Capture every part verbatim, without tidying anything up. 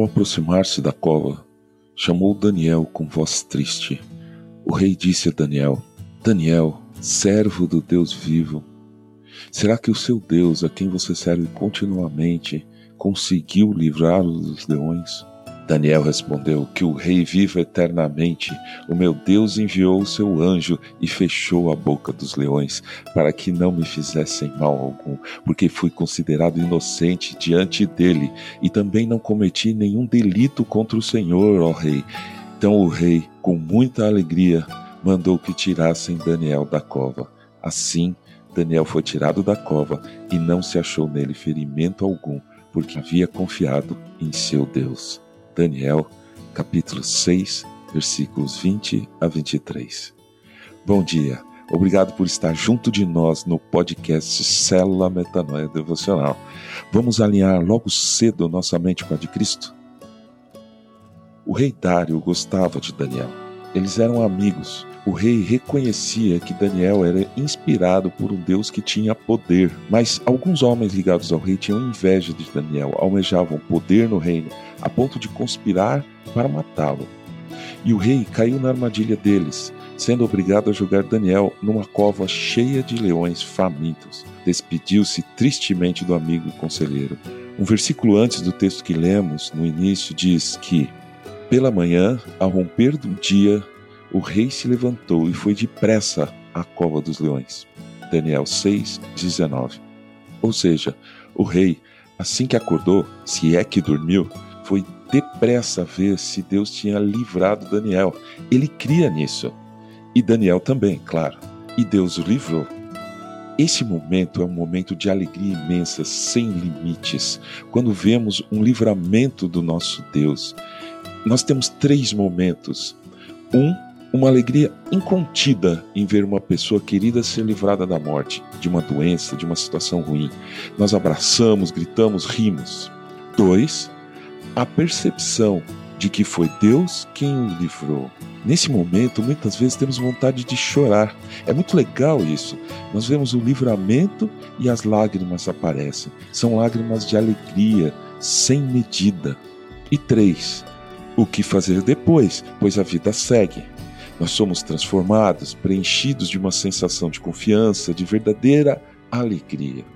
Ao aproximar-se da cova, chamou Daniel com voz triste. O rei disse a Daniel: Daniel, servo do Deus vivo, será que o seu Deus, a quem você serve continuamente, conseguiu livrá-lo dos leões? Daniel respondeu: que o rei viva eternamente. O meu Deus enviou o seu anjo e fechou a boca dos leões, para que não me fizessem mal algum, porque fui considerado inocente diante dele, e também não cometi nenhum delito contra o Senhor, ó rei. Então o rei, com muita alegria, mandou que tirassem Daniel da cova. Assim, Daniel foi tirado da cova, e não se achou nele ferimento algum, porque havia confiado em seu Deus. Daniel, capítulo seis, versículos vinte a vinte e três. Bom dia, obrigado por estar junto de nós no podcast Célula Metanoia Devocional. Vamos alinhar logo cedo nossa mente com a de Cristo? O rei Dário gostava de Daniel. Eles eram amigos. O rei reconhecia que Daniel era inspirado por um Deus que tinha poder, mas alguns homens ligados ao rei tinham inveja de Daniel, almejavam poder no reino, a ponto de conspirar para matá-lo. E o rei caiu na armadilha deles, sendo obrigado a jogar Daniel numa cova cheia de leões famintos. Despediu-se tristemente do amigo e conselheiro. Um versículo antes do texto que lemos, no início, diz que, pela manhã, ao romper do dia, o rei se levantou e foi depressa à cova dos leões. Daniel seis, dezenove. Ou seja, o rei, assim que acordou, se é que dormiu, foi depressa ver se Deus tinha livrado Daniel. Ele cria nisso. E Daniel também, claro. E Deus o livrou. Esse momento é um momento de alegria imensa, sem limites, quando vemos um livramento do nosso Deus. Nós temos três momentos. Um, uma alegria incontida em ver uma pessoa querida ser livrada da morte, de uma doença, de uma situação ruim. Nós abraçamos, gritamos, rimos. Dois, a percepção de que foi Deus quem o livrou. Nesse momento, muitas vezes temos vontade de chorar. É muito legal isso. Nós vemos o livramento e as lágrimas aparecem. São lágrimas de alegria, sem medida. E três, o que fazer depois, pois a vida segue. Nós somos transformados, preenchidos de uma sensação de confiança, de verdadeira alegria.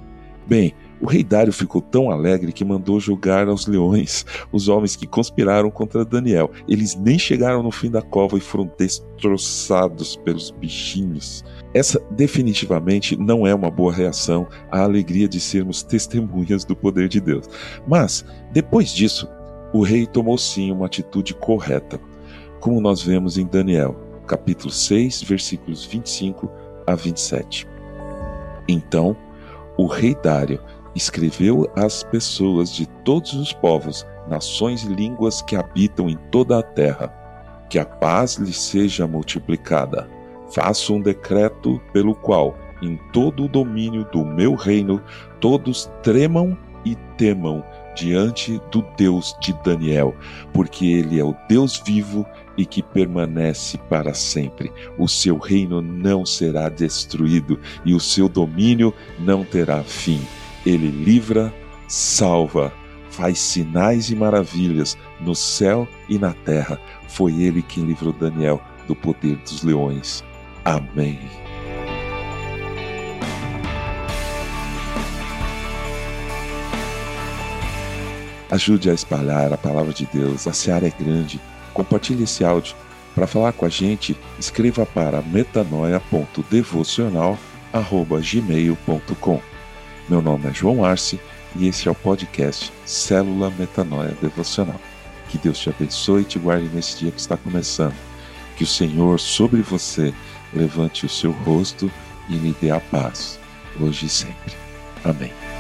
Bem, o rei Dário ficou tão alegre que mandou jogar aos leões os homens que conspiraram contra Daniel. Eles nem chegaram no fim da cova e foram destroçados pelos bichinhos. Essa definitivamente não é uma boa reação à alegria de sermos testemunhas do poder de Deus. Mas, depois disso, o rei tomou sim uma atitude correta, como nós vemos em Daniel, capítulo seis, versículos vinte e cinco a vinte e sete. Então, o rei Dário escreveu às pessoas de todos os povos, nações e línguas que habitam em toda a terra, que a paz lhes seja multiplicada. Faço um decreto pelo qual, em todo o domínio do meu reino, todos tremam e temam diante do Deus de Daniel, porque ele é o Deus vivo e que permanece para sempre. O seu reino não será destruído e o seu domínio não terá fim. Ele livra, salva, faz sinais e maravilhas no céu e na terra. Foi ele quem livrou Daniel do poder dos leões. Amém. Ajude a espalhar a palavra de Deus. A seara é grande. Compartilhe esse áudio. Para falar com a gente, escreva para metanoia ponto devocional arroba gmail ponto com. Meu nome é João Arce e esse é o podcast Célula Metanoia Devocional. Que Deus te abençoe e te guarde nesse dia que está começando. Que o Senhor sobre você levante o seu rosto e lhe dê a paz, hoje e sempre. Amém.